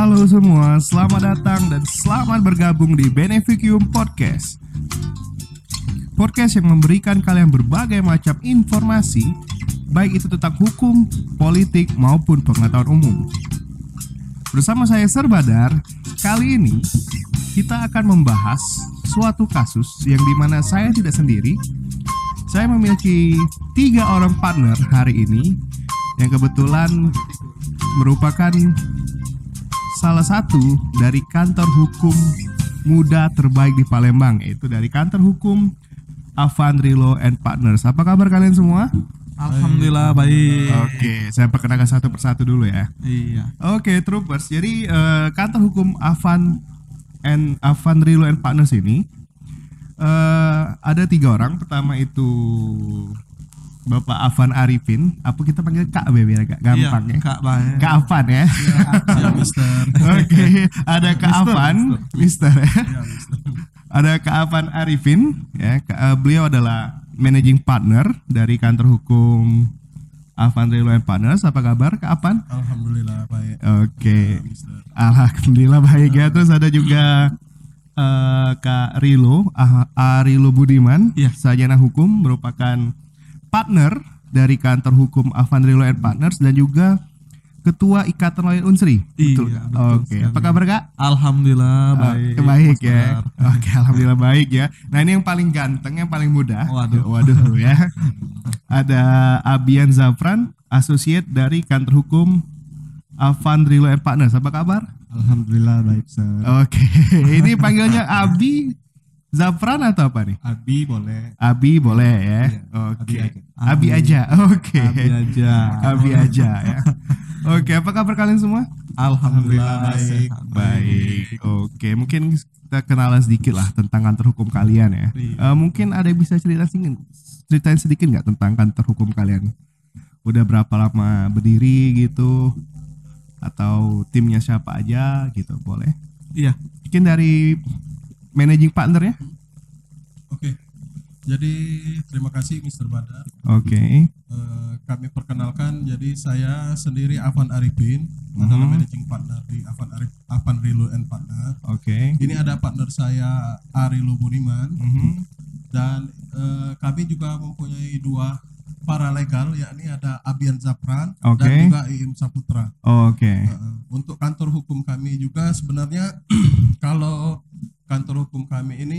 Halo semua, selamat datang dan selamat bergabung di Beneficium Podcast. Podcast yang memberikan kalian berbagai macam informasi, baik itu tentang hukum, politik, maupun pengetahuan umum. Bersama saya Serbadar, kali ini kita akan membahas suatu kasus yang dimana saya tidak sendiri. Saya memiliki 3 orang partner hari ini yang kebetulan merupakan salah satu dari kantor hukum muda terbaik di Palembang, yaitu dari kantor hukum Avandri Law and Partners. Apa kabar kalian semua? Alhamdulillah baik. Oke, saya perkenalkan satu persatu dulu ya. Iya. Oke, Troopers. Jadi kantor hukum Avandri Law and Partners ini ada 3 orang. Pertama itu Bapak Afan Arifin. Apa kita panggil Kak biar agak gampang ya? Kak Baik. Kak Afan ya. Ya, Mister. Oke, ada Kak Afan, Mister ya. Ada Kak Afan Arifin ya. Beliau adalah managing partner dari kantor hukum Avandri Law and Partners. Apa kabar Kak Afan? Alhamdulillah baik. Oke. Alhamdulillah baik ya. Terus ada juga Kak Rilo, Arilo Budiman, sarjana hukum, merupakan partner dari kantor hukum Avandri Law and Partners dan juga Ketua Ikatan Lawyer Unsri. Betul. Oke. Apa kabar Kak? Alhamdulillah baik. Baik ya. Oke, alhamdulillah baik ya. Nah, ini yang paling ganteng, yang paling muda. Waduh ya. Ada Abian Zafran, associate dari kantor hukum Avandri Law and Partners. Apa kabar? Alhamdulillah baik, Sir. Oke. Ini panggilnya Abi Zafran atau apa nih? Abi boleh. Abi boleh ya. Iya, Oke. Abi Abi aja. Oke. Abi aja. Abi aja ya. Oke, apa kabar kalian semua? Alhamdulillah baik. Baik. Oke, mungkin kita kenalan sedikit lah tentang kantor hukum kalian ya. Mungkin ada yang bisa ceritain sedikit nggak tentang kantor hukum kalian? Udah berapa lama berdiri gitu? Atau timnya siapa aja gitu, boleh? Iya. Mungkin dari managing partner ya. Oke. Jadi terima kasih Mr. Badar. Oke. Kami perkenalkan, jadi saya sendiri Afan Arifin, adalah managing partner di Avandri Law and Partner. Oke. Ini ada partner saya Arilo Budiman, dan kami juga mempunyai 2 paralegal, yakni ada Abian Zafran dan juga Iim Saputra. Oke. Untuk kantor hukum kami juga sebenarnya kalau kantor hukum kami ini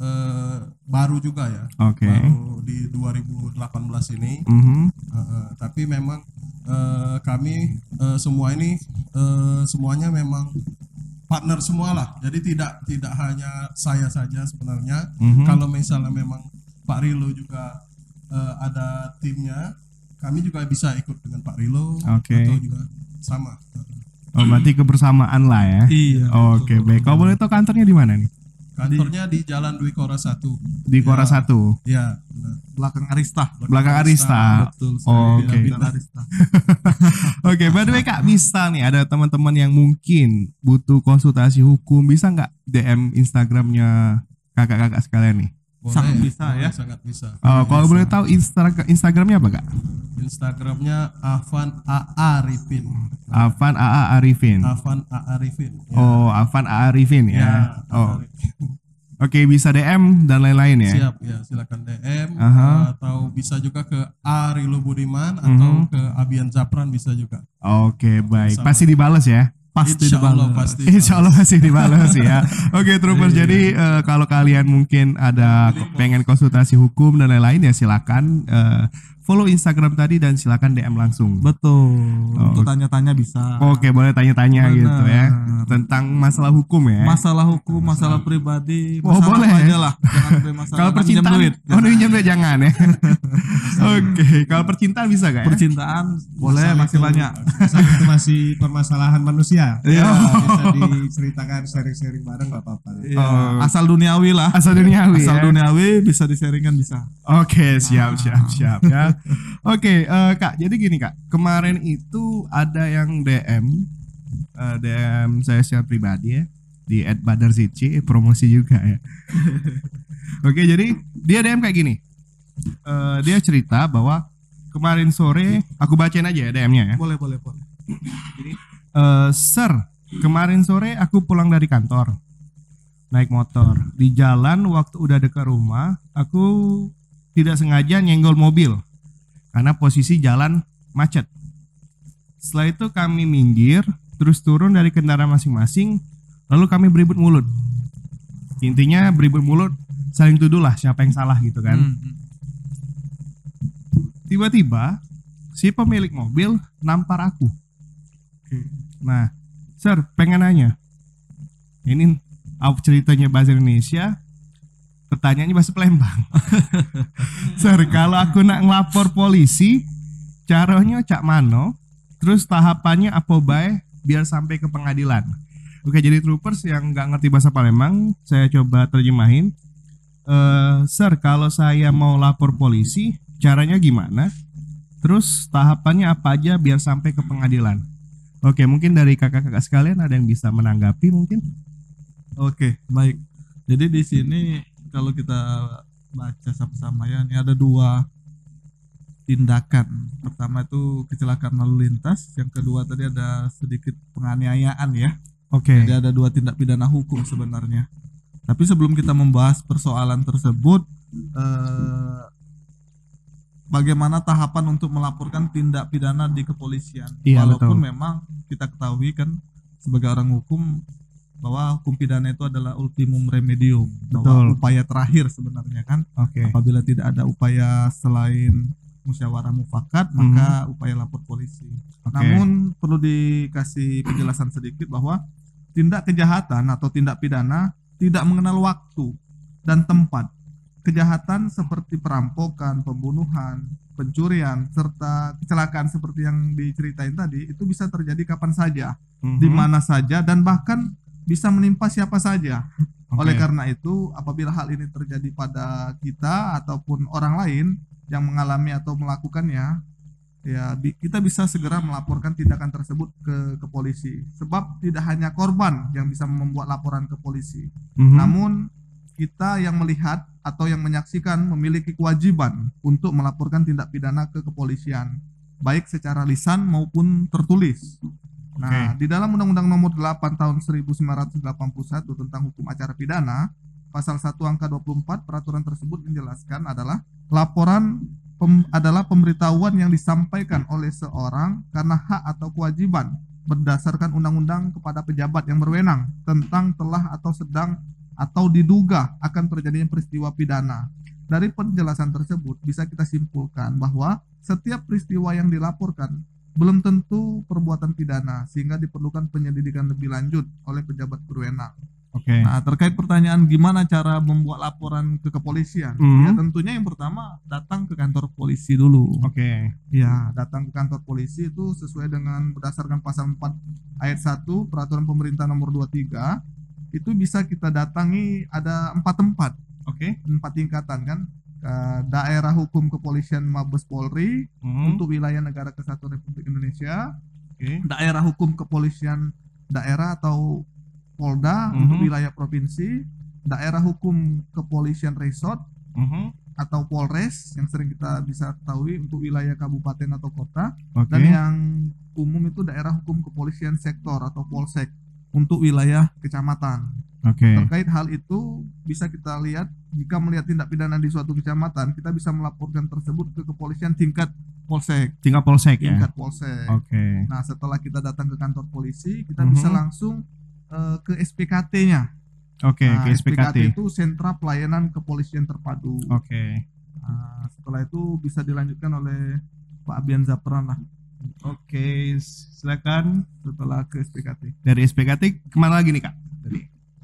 baru juga ya. Baru di 2018 ini. Tapi memang kami semua ini semuanya memang partner semua lah. Jadi tidak hanya saya saja sebenarnya. Kalau misalnya memang Pak Rilo juga ada timnya, kami juga bisa ikut dengan Pak Rilo atau juga sama. Oh, berarti kebersamaan lah ya. Iya. Oke, baik. Kalau boleh tahu kantornya di mana nih? Kantornya di Jalan Dwi Kora 1. Di Kora 1. Ya, Belakang Arista. Belakang Arista. Betul. Oke. Arista. Oke, by the way Kak, misal nih ada teman-teman yang mungkin butuh konsultasi hukum, bisa nggak DM Instagramnya kakak-kakak sekalian nih? Sangat bisa ya. Sangat bisa. Oh, kalau boleh tahu Instagramnya apa Kak? Instagramnya Afan AA Arifin. Afan AA Arifin. Afan AA Arifin. Ya. Oh, Afan AA Arifin ya. Oh. Arifin. Oke, bisa DM dan lain-lain ya. Siap ya, silakan DM atau bisa juga ke Arilo Budiman atau ke Abian Zafran bisa juga. Oke, baik. Pasti dibales ya. Insya Allah pasti dibalas ya. Oke, Troopers. Jadi kalau kalian mungkin ada pengen konsultasi hukum dan lain-lain ya silakan follow Instagram tadi dan silakan DM langsung. Betul. Untuk tanya-tanya bisa. Oke, boleh tanya-tanya gitu ya tentang masalah hukum ya. Masalah hukum, masalah pribadi. Boleh aja lah. Jangan sampai masalah. Kalau percintaan, pinjam duit jangan ya. Oke, kalau percintaan bisa gak ya? Percintaan boleh, masih banyak. Itu masih permasalahan manusia. Iya. Bisa diceritakan sharing-sharing bareng gak apa-apa. Asal duniawi lah. Asal duniawi. Asal duniawi bisa di-sharingkan bisa. Oke, siap ya. Oke, Kak, jadi gini Kak, kemarin itu ada yang DM saya secara pribadi ya di @badarzici, promosi juga ya. Oke, jadi dia DM kayak gini, dia cerita bahwa kemarin sore, aku bacain aja ya DM-nya ya. Boleh. Jadi, Sir, kemarin sore aku pulang dari kantor, naik motor. Di jalan waktu udah dekat rumah, aku tidak sengaja nyenggol mobil karena posisi jalan macet. Setelah itu kami minggir, terus turun dari kendaraan masing-masing, lalu kami beribut mulut. Intinya beribut mulut, saling tuduh lah siapa yang salah gitu kan. Tiba-tiba si pemilik mobil nampar aku. Nah, Sir, pengen nanya. Ini ceritanya bahasa Indonesia, pertanyaannya bahasa Palembang. Sir, kalau aku nak ngelapor polisi, caranya cak mano, terus tahapannya apa bae biar sampai ke pengadilan. Oke, jadi troopers yang nggak ngerti bahasa Palembang, saya coba terjemahin. Sir, kalau saya mau lapor polisi, caranya gimana? Terus tahapannya apa aja biar sampai ke pengadilan? Oke, mungkin dari kakak-kakak sekalian ada yang bisa menanggapi mungkin? Oke, baik. Jadi di sini kalau kita baca sama-sama ya, ini ada 2 tindakan. Pertama itu kecelakaan lalu lintas, yang kedua tadi ada sedikit penganiayaan ya. Oke. Jadi ada 2 tindak pidana hukum sebenarnya. Tapi sebelum kita membahas persoalan tersebut, bagaimana tahapan untuk melaporkan tindak pidana di kepolisian? Iya, walaupun betul. memang kita ketahui kan sebagai orang hukum bahwa hukum pidana itu adalah ultimum remedium, bahwa Betul. upaya terakhir sebenarnya kan. Oke. Apabila tidak ada upaya selain musyawarah mufakat, maka upaya lapor polisi. Oke. Namun perlu dikasih penjelasan sedikit bahwa tindak kejahatan atau tindak pidana tidak mengenal waktu dan tempat. Kejahatan seperti perampokan, pembunuhan, pencurian, serta kecelakaan seperti yang diceritain tadi itu bisa terjadi kapan saja, di mana saja, dan bahkan bisa menimpa siapa saja. Oke. Oleh karena itu, apabila hal ini terjadi pada kita ataupun orang lain yang mengalami atau melakukannya, ya kita bisa segera melaporkan tindakan tersebut ke polisi. Sebab tidak hanya korban yang bisa membuat laporan ke polisi, namun kita yang melihat atau yang menyaksikan memiliki kewajiban untuk melaporkan tindak pidana ke kepolisian, baik secara lisan maupun tertulis. Nah, di dalam Undang-Undang Nomor 8 Tahun 1981 tentang Hukum Acara Pidana, Pasal 1 Angka 24, peraturan tersebut menjelaskan adalah laporan adalah pemberitahuan yang disampaikan oleh seorang karena hak atau kewajiban berdasarkan undang-undang kepada pejabat yang berwenang tentang telah atau sedang atau diduga akan terjadinya peristiwa pidana. Dari penjelasan tersebut bisa kita simpulkan bahwa setiap peristiwa yang dilaporkan belum tentu perbuatan pidana, sehingga diperlukan penyelidikan lebih lanjut oleh pejabat berwenang. Oke. Nah, terkait pertanyaan gimana cara membuat laporan ke kepolisian, ya tentunya yang pertama datang ke kantor polisi dulu. Oke. Ya, datang ke kantor polisi itu sesuai dengan berdasarkan pasal 4 ayat 1 Peraturan Pemerintah Nomor 23, itu bisa kita datangi ada 4 tempat. Oke. 4 tingkatan kan. Daerah Hukum Kepolisian Mabes Polri untuk wilayah Negara Kesatuan Republik Indonesia. Oke. Daerah Hukum Kepolisian Daerah atau Polda untuk wilayah provinsi. Daerah Hukum Kepolisian Resort atau Polres yang sering kita bisa ketahui untuk wilayah kabupaten atau kota. Oke. Dan yang umum itu daerah hukum kepolisian sektor atau polsek untuk wilayah kecamatan. Oke. Terkait hal itu bisa kita lihat, jika melihat tindak pidana di suatu kecamatan, kita bisa melaporkan tersebut ke kepolisian tingkat polsek. Tingkat polsek ya. Tingkat polsek. Oke. Nah, setelah kita datang ke kantor polisi, kita bisa langsung ke SPKT-nya. Oke, Nah, ke SPKT. itu Sentra Pelayanan Kepolisian Terpadu. Oke. Nah, setelah itu bisa dilanjutkan oleh Pak Abian Zapran lah. Oke, silakan. Setelah ke SPKT. Dari SPKT kemana lagi nih, Kak? Tadi.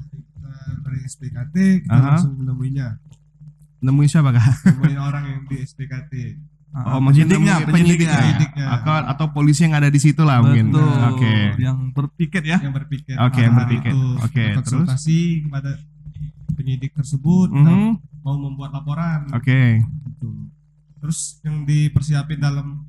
Dari SPKT kita Aha. langsung menemuinya. Nemuin siapa, Kak? Nemuin orang yang di SPKT. Oh, maksudnya nemuin penyidiknya. Penyidiknya. Atau polisi yang ada di situ lah mungkin. Betul. Oke. Yang berpiket ya. Yang berpikir. Oke, yang Nah, berpikir. itu Oke, konsultasi kepada penyidik tersebut Mhm. mau membuat laporan. Oke. Gitu. Terus yang dipersiapin dalam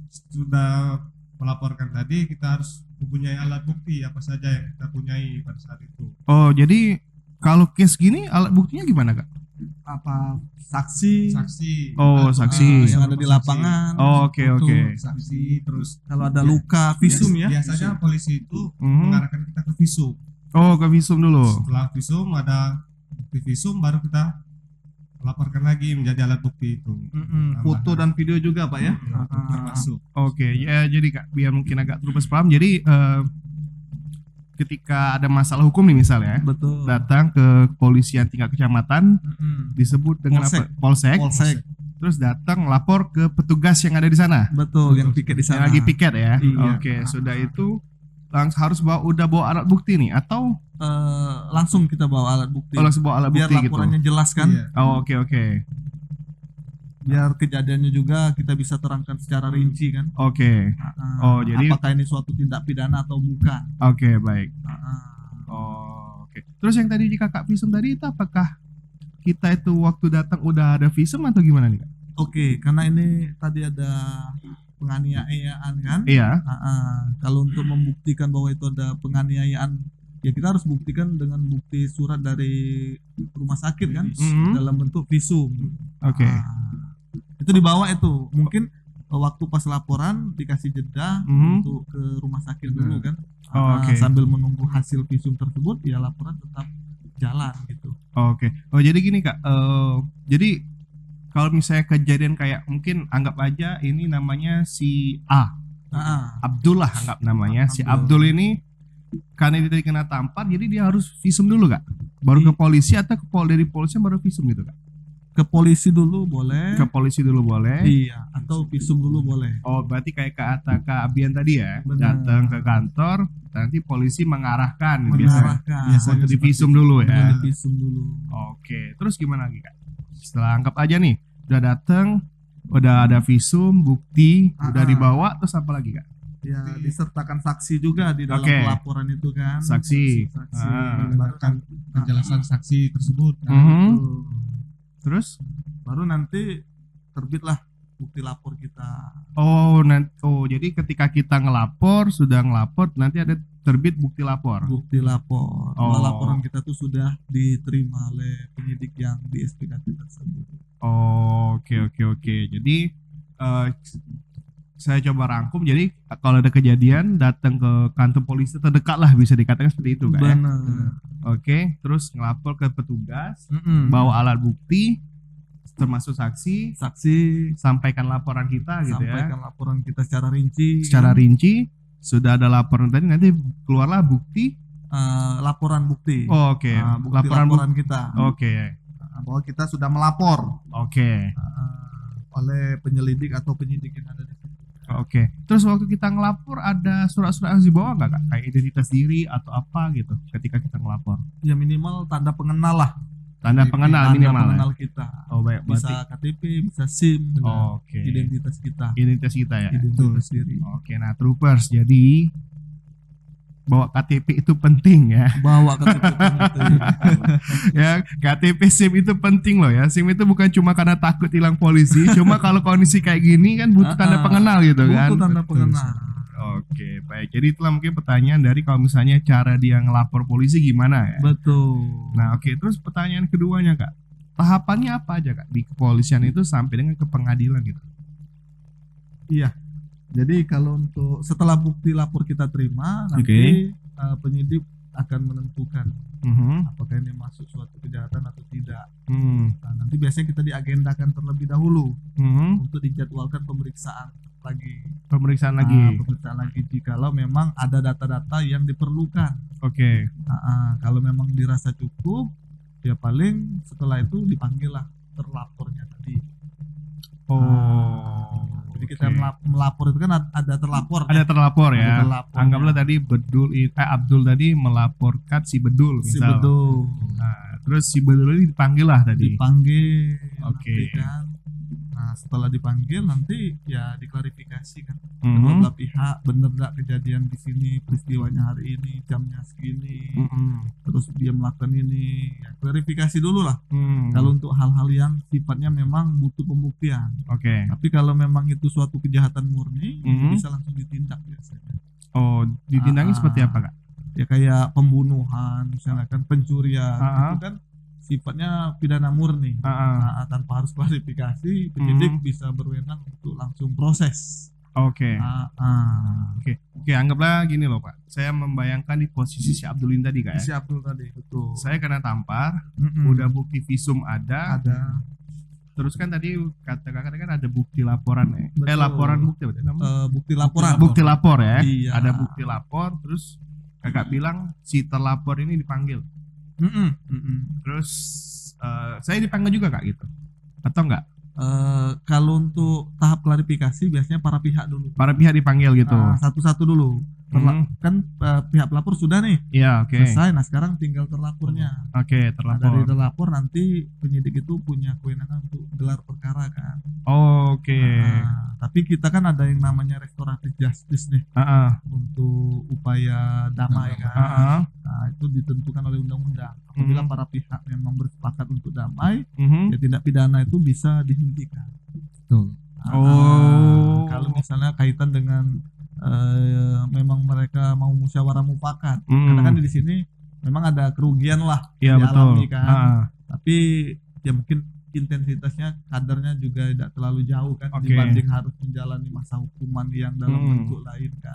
sudah melaporkan tadi, kita harus mempunyai alat bukti apa saja yang kita punyai pada saat itu. Oh, jadi kalau case gini alat buktinya gimana, Kak? saksi. Oh, saksi. Yang ada di lapangan. Oh, oke. Saksi, terus kalau ada luka, visum ya. Biasanya polisi itu mengarahkan kita ke visum. Oh, ke visum dulu. Setelah visum ada bukti visum, baru kita laporkan lagi menjadi alat bukti itu. Foto dan video juga Pak ya. Termasuk. Oke, ya jadi Kak, biar mungkin agak terus paham. Jadi ketika ada masalah hukum nih misalnya, betul, datang ke kepolisian tingkat kecamatan, disebut dengan Polsek. Terus datang lapor ke petugas yang ada di sana. Betul, yang piket di sana. Yang lagi piket ya. Iya. Oke, sudah itu harus udah bawa alat bukti nih atau langsung kita bawa alat bukti. Langsung bawa alat biar bukti laporannya gitu. Jelas kan? Iya. Oh, oke. Biar kejadiannya juga kita bisa terangkan secara rinci kan. Oke. Oh, jadi apakah ini suatu tindak pidana atau bukan? Oke, baik. Oke. Terus yang tadi di kakak visum tadi itu apakah kita itu waktu datang udah ada visum atau gimana nih Kak? Oke, karena ini tadi ada penganiayaan kan? Iya. Kalau untuk membuktikan bahwa itu ada penganiayaan, ya kita harus buktikan dengan bukti surat dari rumah sakit kan, dalam bentuk visum. Oke. Itu dibawa itu, mungkin waktu pas laporan dikasih jeda untuk ke rumah sakit dulu kan. Sambil menunggu hasil visum tersebut, ya laporan tetap jalan gitu. Oke. Oh, jadi gini Kak, jadi kalau misalnya kejadian kayak mungkin anggap aja ini namanya si A, Abdullah anggap namanya. Si Abdul ini karena dia tadi kena tampar, jadi dia harus visum dulu Kak, baru ke polisi atau dari polisi baru visum gitu Kak? Ke polisi dulu boleh. Ke polisi dulu boleh. Iya, atau visum dulu boleh. Oh, berarti kayak Kak Abian tadi ya, benar, datang ke kantor, nanti polisi mengarahkan. Biasanya di visum dulu ya. Di visum dulu. Oke, terus gimana lagi Kak? Setelah anggap aja nih, udah datang, udah ada visum, bukti, udah dibawa, terus apa lagi Kak? Ya, disertakan saksi juga di dalam pelaporan itu kan. Saksi. Mendengarkan penjelasan saksi tersebut. Terus baru nanti terbitlah bukti lapor kita. Jadi ketika kita sudah ngelapor, nanti ada terbit bukti lapor. Bukti lapor. Bahwa laporan kita tuh sudah diterima oleh penyidik yang di SPKT tersebut. Oke. Jadi saya coba rangkum. Jadi kalau ada kejadian, datang ke kantor polisi terdekat lah, bisa dikatakan seperti itu Kak. Benar. Oke, terus ngelapor ke petugas, bawa alat bukti, termasuk saksi, sampaikan laporan kita gitu ya. Sampaikan laporan kita secara rinci. Sudah ada laporan tadi, nanti keluarlah bukti. Laporan bukti. Oke. Laporan kita. Oke. Bahwa kita sudah melapor. Oke. Oleh penyelidik atau penyidik yang ada di situ. Oke. Terus waktu kita ngelapor ada surat-surat yang dibawa nggak Kak? Kayak identitas diri atau apa gitu ketika kita ngelapor? Ya minimal tanda pengenal lah. Tanda pengenal minimal. Pengenal kita. Oh baik. Bisa KTP, bisa SIM. Oke. Identitas kita. Identitas kita ya. Identitas diri. Oke. Nah troopers, jadi bawa KTP itu penting ya. Bawa KTP penting. Ya, KTP SIM itu penting loh ya. SIM itu bukan cuma karena takut hilang polisi, cuma kalau kondisi kayak gini kan butuh tanda pengenal gitu kan. Butuh tanda pengenal. Oke, baik. Jadi itulah mungkin pertanyaan dari kalau misalnya cara dia ngelapor polisi gimana ya. Betul. Nah, oke. Terus pertanyaan keduanya Kak, tahapannya apa aja Kak di kepolisian itu sampai dengan ke pengadilan gitu? Iya. Jadi kalau untuk setelah bukti lapor kita terima, nanti penyidik akan menentukan apakah ini masuk suatu kejahatan atau tidak. Nah, nanti biasanya kita diagendakan terlebih dahulu untuk dijadwalkan pemeriksaan lagi. Pemeriksaan lagi jikalau memang ada data-data yang diperlukan. Oke. Kalau memang dirasa cukup, ya paling setelah itu dipanggil lah terlapornya tadi. Jadi kita melapor itu kan ada terlapor. Ada terlapor ya. Anggaplah ya. Tadi Abdul tadi melaporkan si Bedul. Si Bedul. Nah, terus si Bedul ini dipanggil lah tadi. Dipanggil. Oke. Kan. Nah setelah dipanggil nanti ya diklarifikasi kan. Kedua belah pihak bener gak kejadian di sini, peristiwanya hari ini, jamnya segini, terus dia melakukan ini. Ya, klarifikasi dulu lah. Kalau untuk hal-hal yang sifatnya memang butuh pembuktian. Oke. Tapi kalau memang itu suatu kejahatan murni, bisa langsung ditindak biasanya. Oh, ditindaknya seperti apa Kak? Ya kayak pembunuhan, misalnya kan pencurian, itu kan sifatnya pidana murni. Nah, tanpa harus klarifikasi, penyidik bisa berwenang untuk langsung proses. Oke. Oke, anggaplah gini loh Pak. Saya membayangkan di posisi si Abdulin tadi Kak ya. Si Abdul tadi, betul. Saya kena tampar, udah bukti visum ada. Terus kan tadi kata kakak kan ada bukti laporan ya. Laporan bukti apa namanya? Bukti laporan. Bukti lapor ya. Iya. Ada bukti lapor, terus kakak bilang si terlapor ini dipanggil. Terus saya dipanggil juga Kak gitu. Atau enggak? Kalau untuk tahap klarifikasi biasanya para pihak dulu. Para pihak dipanggil gitu. Satu-satu dulu. Kan pihak pelapor sudah nih. Iya, oke. Selesai. Nah, sekarang tinggal terlapornya. Oke, terlapor. Nah, dari terlapor nanti penyidik itu punya kewenangan untuk gelar perkara kan. Oke. Tapi kita kan ada yang namanya restoratif justice nih. Untuk upaya damai kan. Nah, itu ditentukan oleh undang-undang. Apabila para pihak memang bersepakat untuk damai, ya tindak pidana itu bisa dihentikan. Betul. Kalau misalnya kaitan dengan memang mereka mau musyawarah mufakat, karena kan di sini memang ada kerugian lah dialami kan. Tapi ya mungkin intensitasnya kadarnya juga tidak terlalu jauh kan dibanding harus menjalani masa hukuman yang dalam bentuk lain kan.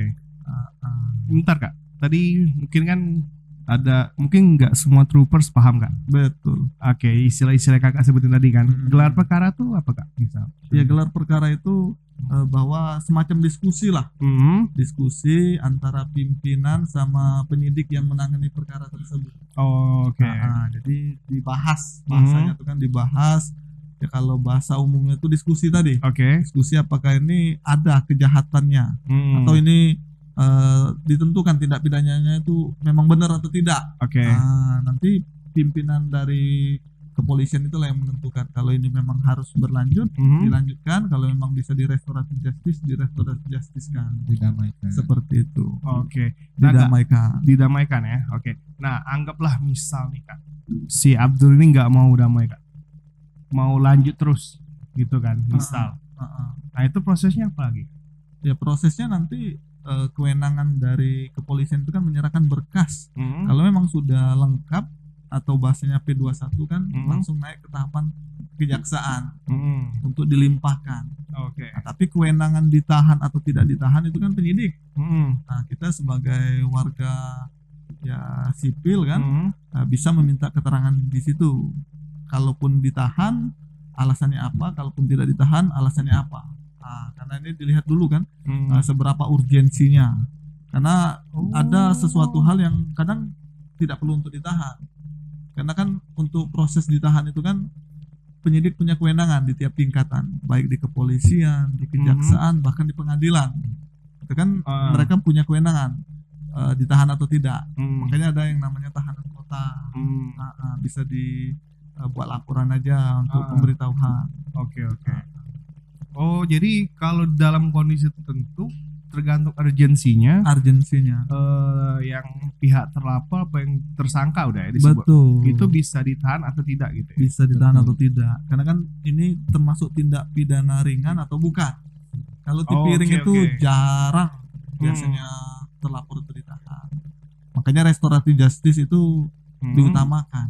Bentar Kak, tadi mungkin kan ada, mungkin nggak semua troopers paham Kak. Betul. Istilah-istilah kakak sebutin tadi kan. Gelar perkara tuh apa Kak? Misal? Ya gelar perkara itu bahwa semacam diskusi lah, diskusi antara pimpinan sama penyidik yang menangani perkara tersebut. Jadi dibahas, bahasanya itu kan dibahas. Ya kalau bahasa umumnya itu diskusi tadi. Diskusi apakah ini ada kejahatannya atau ini ditentukan tindak pidananya itu memang benar atau tidak. Nanti pimpinan dari kepolisian itulah yang menentukan kalau ini memang harus berlanjut, dilanjutkan, kalau memang bisa di restoratif justice kan, didamaikan. Seperti itu. Didamaikan ya. Nah, anggaplah misal nih Kak, si Abdul ini nggak mau damai Kak, mau lanjut terus gitu kan, misal. Nah, itu prosesnya apa lagi? Ya prosesnya nanti kewenangan dari kepolisian itu kan menyerahkan berkas. Kalau memang sudah lengkap atau bahasanya P21 kan, langsung naik ke tahapan kejaksaan untuk dilimpahkan. Nah, tapi kewenangan ditahan atau tidak ditahan itu kan penyidik. Nah, kita sebagai warga ya sipil kan bisa meminta keterangan di situ. Kalaupun ditahan alasannya apa, kalaupun tidak ditahan alasannya apa. Karena ini dilihat dulu kan seberapa urgensinya. Karena ada sesuatu hal yang kadang tidak perlu untuk ditahan. Karena kan untuk proses ditahan itu kan penyidik punya kewenangan di tiap tingkatan, baik di kepolisian, di kejaksaan, bahkan di pengadilan. Itu kan mereka punya kewenangan ditahan atau tidak. Makanya ada yang namanya tahanan kota. Bisa dibuat laporan aja untuk pemberitahuan. Jadi kalau dalam kondisi tertentu tergantung urgensinya. Yang pihak terlapor apa yang tersangka udah ya disebut. Betul. Itu bisa ditahan atau tidak gitu ya? Bisa ditahan atau tidak. Karena kan ini termasuk tindak pidana ringan atau bukan. Kalau tipiring itu jarang biasanya terlapor itu ditahan. Makanya restoratif justice itu diutamakan.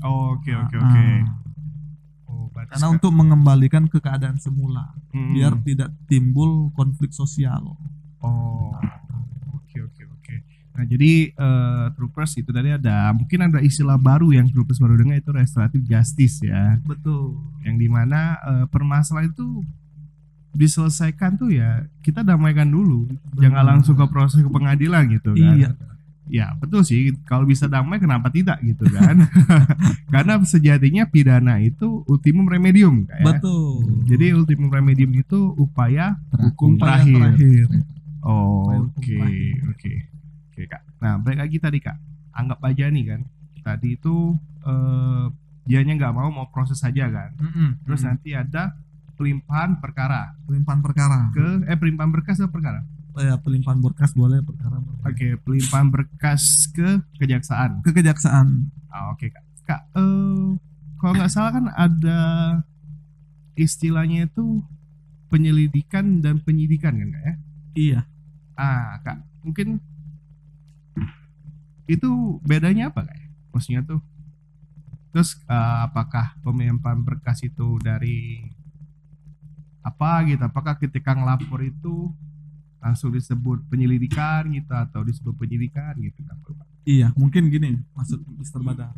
Karena untuk mengembalikan ke keadaan semula, biar tidak timbul konflik sosial. Nah, jadi troopers itu tadi mungkin ada istilah baru yang troopers baru dengar, itu restoratif justice ya. Betul. Yang dimana permasalahan itu diselesaikan tuh ya kita damaikan dulu. Jangan langsung ke proses ke pengadilan gitu kan. Iya. Ya betul sih, kalau bisa damai kenapa tidak gitu kan. Karena sejatinya pidana itu ultimum remedium kayak. Betul. Jadi ultimum remedium itu upaya hukum terakhir. Oke Kak. Nah balik lagi tadi Kak, anggap aja nih kan tadi itu dianya nggak mau proses saja kan. Terus nanti ada pelimpahan perkara pelimpahan berkas atau perkara? Ya pelimpahan berkas boleh, perkara boleh. Pelimpahan berkas ke kejaksaan. Oke Kak. Kalau nggak salah kan ada istilahnya itu penyelidikan dan penyidikan kan Kak ya? Iya. Kak, mungkin itu bedanya apa Kak? Maksudnya tuh Terus apakah penyampaian berkas itu dari apa gitu? Apakah ketika ngelapor itu langsung disebut penyelidikan gitu atau disebut penyidikan gitu? Iya, mungkin gini maksud Mr. Badar.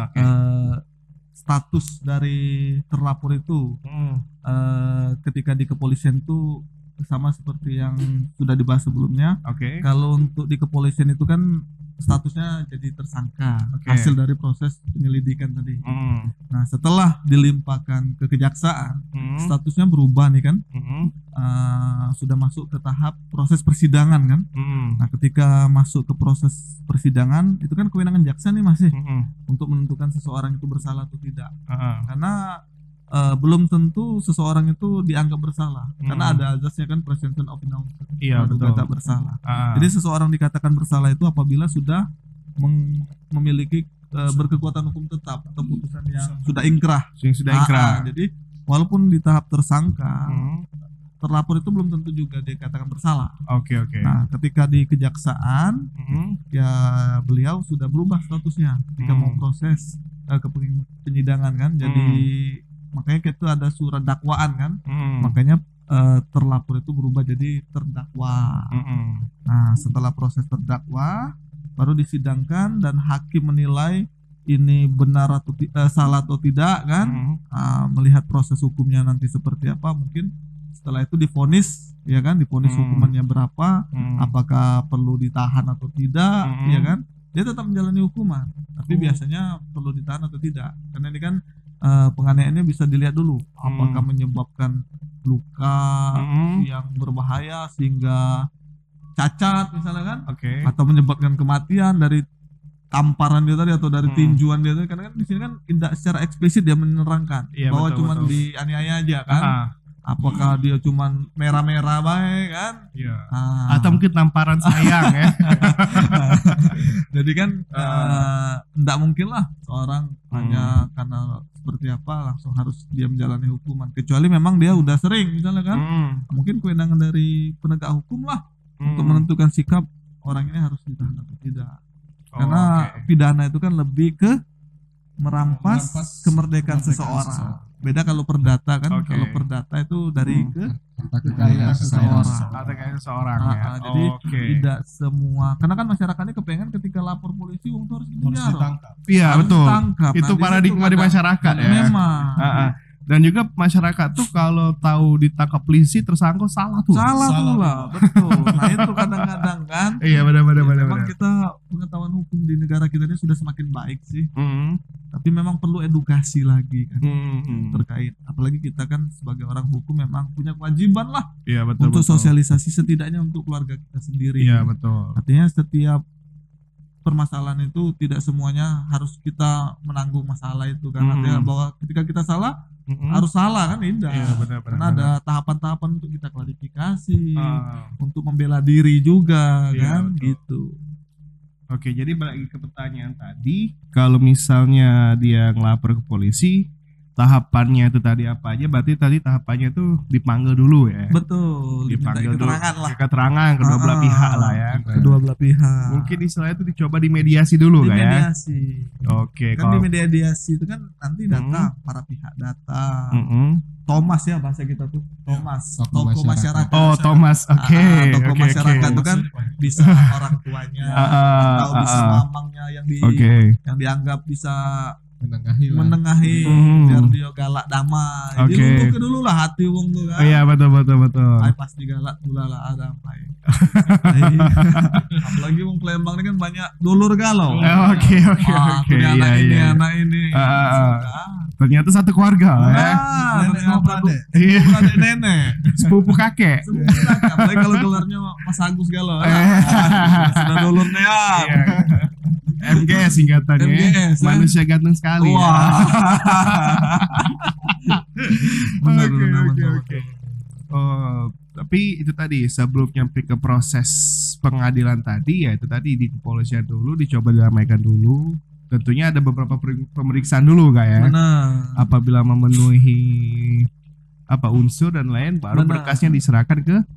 Status dari terlapor itu ketika di kepolisian itu sama seperti yang sudah dibahas sebelumnya. Kalau untuk di kepolisian itu kan statusnya jadi tersangka hasil dari proses penyelidikan tadi. Nah, setelah dilimpahkan ke kejaksaan, statusnya berubah nih kan. Sudah masuk ke tahap proses persidangan kan. Nah, ketika masuk ke proses persidangan itu kan kewenangan jaksa nih masih untuk menentukan seseorang itu bersalah atau tidak. Karena belum tentu seseorang itu dianggap bersalah karena ada azasnya kan presumption of innocence, praduga tak bersalah. Jadi seseorang dikatakan bersalah itu apabila sudah memiliki berkekuatan hukum tetap atau putusan yang sudah ingkrah. Jadi walaupun di tahap tersangka, terlapor itu belum tentu juga dikatakan bersalah. Nah, ketika di kejaksaan ya beliau sudah berubah statusnya ketika mau proses ke penyidangan kan. Jadi makanya itu ada surat dakwaan kan. Makanya terlapor itu berubah jadi terdakwa. Nah, setelah proses terdakwa baru disidangkan dan hakim menilai ini benar atau salah atau tidak kan. Melihat proses hukumnya nanti seperti apa, mungkin setelah itu divonis ya kan, divonis hukumannya berapa, apakah perlu ditahan atau tidak ya kan. Dia tetap menjalani hukuman, tapi biasanya perlu ditahan atau tidak, karena ini kan penganiayaannya bisa dilihat dulu apakah menyebabkan luka yang berbahaya sehingga cacat misalnya kan, atau menyebabkan kematian dari tamparan dia tadi atau dari tinjuan dia tadi. Karena kan di sini kan tidak secara eksplisit dia menerangkan bahwa cuma dianiaya aja kan. Apakah dia cuman merah-merah baik kan? Atau mungkin tamparan sayang ya. Jadi kan tidak mungkin lah seorang hanya karena seperti apa langsung harus dia menjalani hukuman, kecuali memang dia udah sering misalnya kan. Mungkin kewenangan dari penegak hukum lah untuk menentukan sikap orang ini harus ditahan atau tidak. Karena pidana itu kan lebih ke merampas kemerdekaan seseorang. Beda kalau perdata kan. Kalau perdata itu dari ke kekayaan seseorang. Jadi tidak semua, karena kan masyarakatnya kepengen ketika lapor polisi itu harus ditangkap. Iya betul. Itu paradigma di masyarakat ya. Memang. Dan juga masyarakat tuh kalau tahu ditangkap polisi tersangka salah tuh lah, betul. Nah itu kadang-kadang kan. Iya benar. Memang kita pengetahuan hukum di negara kita ini sudah semakin baik sih. Tapi memang perlu edukasi lagi kan terkait. Apalagi kita kan sebagai orang hukum memang punya kewajiban lah. Iya betul. Untuk sosialisasi setidaknya untuk keluarga kita sendiri. Iya betul. Artinya setiap permasalahan itu tidak semuanya harus kita menanggung masalah itu kan. Artinya bahwa ketika kita salah harus salah kan, tidak. Karena ada tahapan-tahapan untuk kita klarifikasi, untuk membela diri juga kan, gitu. Oke, jadi balik ke pertanyaan tadi, kalau misalnya dia ngelapor ke polisi, tahapannya itu tadi apa aja? Berarti tadi tahapannya itu dipanggil dulu ya. Betul. Dipanggil dulu. Keterangan kedua belah pihak lah ya. Kedua belah pihak. Mungkin istilahnya itu dicoba dimediasi dulu kan ya. Dimediasi. Oke. Kan di mediasi itu kan nanti datang para pihak datang. Thomas ya bahasa kita tuh. Thomas. Tokoh masyarakat. Oh Thomas. Oke. Tokoh masyarakat itu kan bisa orang tuanya atau bisa mamangnya yang dianggap bisa menengahi biar dia galak damai. Jadi untuk dulu lah hati wong tuh kan. Iya betul. Ay pasti galak pula lah ada damai. Apalagi wong Palembang ini kan banyak dulur galau. Oke. Anak ini. Ternyata satu keluarga ya. Nenek. Sepupu kakek. Apalagi kalau gelarnya Mas Agus galau. Sudah dulurnya ya. MGS singkatannya. Manusia ganteng sekali. Benar. Oh, tapi itu tadi sebelum nyampe ke proses pengadilan tadi ya itu tadi di kepolisian dulu dicoba diramaikan dulu. Tentunya ada beberapa pemeriksaan dulu gak ya? Benar. Apabila memenuhi unsur dan lain baru berkasnya diserahkan ke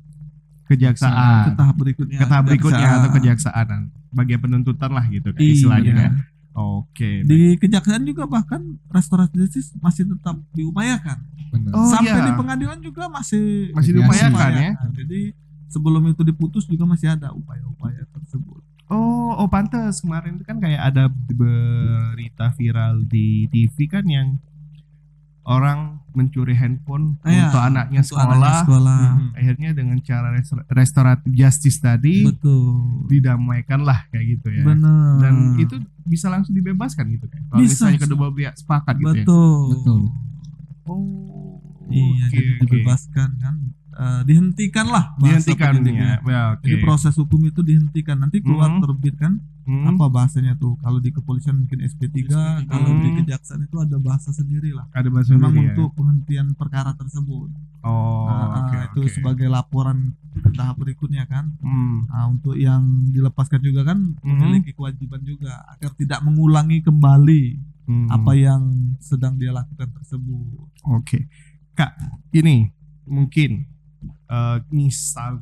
kejaksaan. Ke tahap berikutnya atau kejaksaan bagian penuntutan lah gitu kan istilahnya kan. Oke. Di kejaksaan juga bahkan restoratif justice masih tetap diupayakan. Benar. Sampai di pengadilan juga masih diupayakan ya. Jadi sebelum itu diputus juga masih ada upaya-upaya tersebut. Oh pantes kemarin itu kan kayak ada berita viral di TV kan yang orang mencuri handphone untuk anaknya sekolah. Akhirnya dengan cara restoratif justice tadi didamaikan lah kayak gitu ya. Benar. Dan itu bisa langsung dibebaskan gitu kan. Kalau misalnya kedua pihak sepakat gitu ya. Betul. Oh. Iya, jadi dibebaskan kan. Dihentikanlah dihentikannya. Jadi proses hukum itu dihentikan. Nanti keluar terbit kan apa bahasanya tuh? Kalau di kepolisian mungkin SP3, kalau di kejaksaan itu ada bahasa sendiri lah. Ada bahasa memang sendiri untuk penghentian perkara tersebut. Itu sebagai laporan tahap berikutnya kan. Untuk yang dilepaskan juga kan memiliki kewajiban juga agar tidak mengulangi kembali apa yang sedang dia lakukan tersebut. Oke. Kak, ini mungkin misal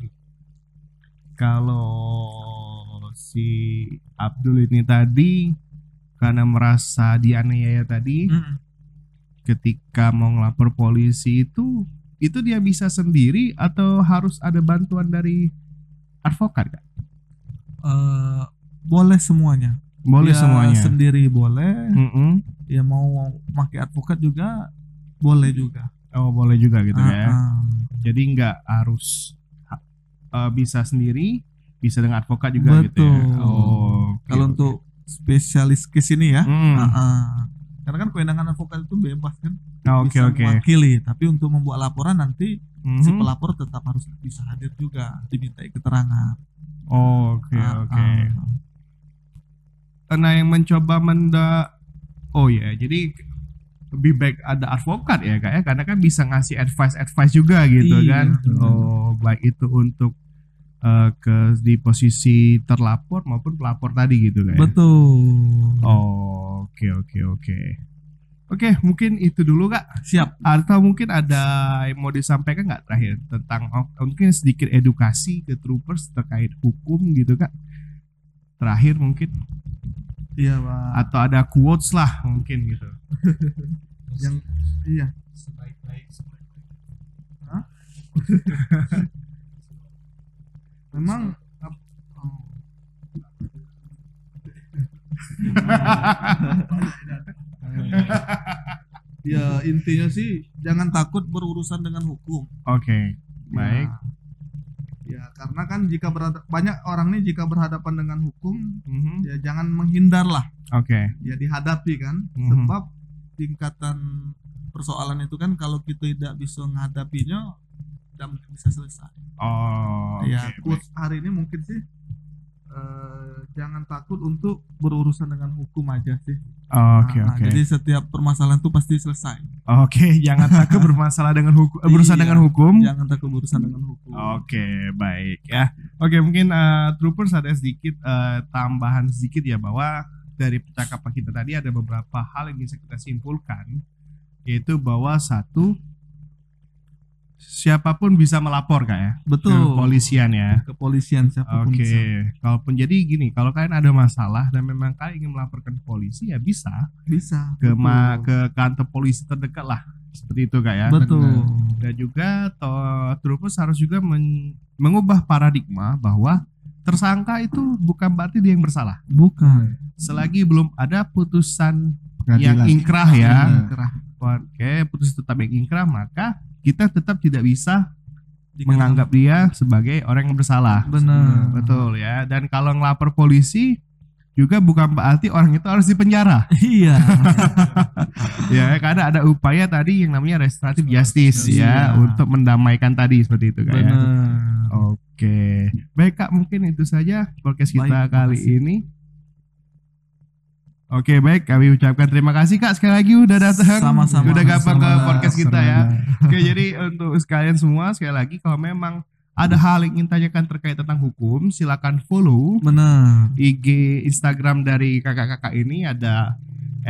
kalau si Abdul ini tadi karena merasa dianiaya tadi, ketika mau ngelapor polisi itu dia bisa sendiri atau harus ada bantuan dari advokat, Kak? Boleh semuanya. Boleh semuanya. Sendiri boleh. Ya mau pakai advokat juga boleh juga. Oh boleh juga gitu ya. Jadi nggak harus bisa sendiri, bisa dengan advokat juga. Betul. Gitu ya. Kalau untuk spesialis case ini ya, karena kan kewenangan advokat itu bebas kan, bisa mewakili. Tapi untuk membuat laporan nanti si pelapor tetap harus bisa hadir juga, dimintai keterangan. Oke. Nah yang mencoba jadi lebih baik ada advokat ya Kak ya, karena kan bisa ngasih advice juga gitu kan. Baik itu untuk di posisi terlapor maupun pelapor tadi gitu kan. Betul. Oke, mungkin itu dulu Kak. Siap. Atau mungkin ada yang mau disampaikan nggak terakhir tentang mungkin sedikit edukasi ke troopers terkait hukum gitu Kak. Terakhir mungkin. Iya Pak. Atau ada quotes lah mungkin gitu. Yang iya. Sebaik-baik. Memang ya intinya sih jangan takut berurusan dengan hukum. Oke. Baik. Ya karena kan banyak orang nih jika berhadapan dengan hukum ya jangan menghindar lah. Ya dihadapi kan. Sebab tingkatan persoalan itu kan kalau kita tidak bisa menghadapinya tidak mungkin bisa selesai. Quotes hari ini mungkin sih jangan takut untuk berurusan dengan hukum aja sih. Jadi setiap permasalahan itu pasti selesai. Jangan takut bermasalah dengan hukum, berurusan dengan hukum. Jangan takut berurusan dengan hukum. Baik ya. Mungkin troopers ada sedikit tambahan sedikit ya, bahwa dari percakapan kita tadi ada beberapa hal yang bisa kita simpulkan, yaitu bahwa siapapun bisa melapor Kak ya. Betul. Ke kepolisian ya. Kepolisian siapapun bisa. Kalaupun jadi gini, kalau kalian ada masalah dan memang kalian ingin melaporkan ke polisi ya bisa. Ke kantor polisi terdekat lah. Seperti itu Kak ya. Betul. Dan juga troopers harus juga mengubah paradigma bahwa tersangka itu bukan berarti dia yang bersalah. Bukan. Selagi belum ada putusan yang ingkrah ya. Putusan tetap yang ingkrah, maka kita tetap tidak bisa menganggap dia sebagai orang yang bersalah. Benar. Betul ya. Dan kalau ngelapor polisi juga bukan berarti orang itu harus dipenjara. Iya. Ya, karena ada upaya tadi yang namanya restoratif justice ya, untuk mendamaikan tadi seperti itu Kak ya. Oke. Baik Kak, mungkin itu saja podcast kita kali ini. Oke, baik, kami ucapkan terima kasih Kak sekali lagi udah datang. Sama-sama. Udah gabung ke podcast kita ya. Oke, jadi untuk sekalian semua sekali lagi kalau memang ada hal yang ingin tanyakan terkait tentang hukum, silakan follow. Benar. IG Instagram dari kakak-kakak ini ada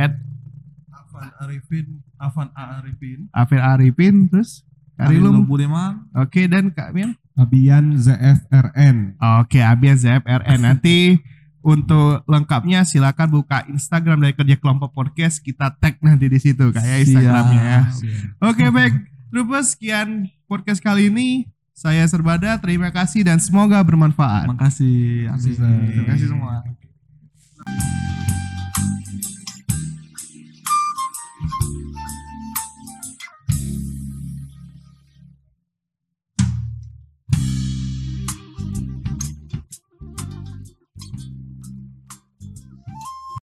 Afan Arifin, terus Karilum Budiman. Oke, dan Kak Mian Abian ZFRN. Oke, Abian ZFRN. Nanti Untuk lengkapnya silakan buka Instagram dari Kerja Kelompok Podcast, kita tag nanti di situ kayak Instagramnya ya. Oke, baik. Terus sekian podcast kali ini. Saya Serbada, terima kasih dan semoga bermanfaat. Makasih. Terima kasih semua.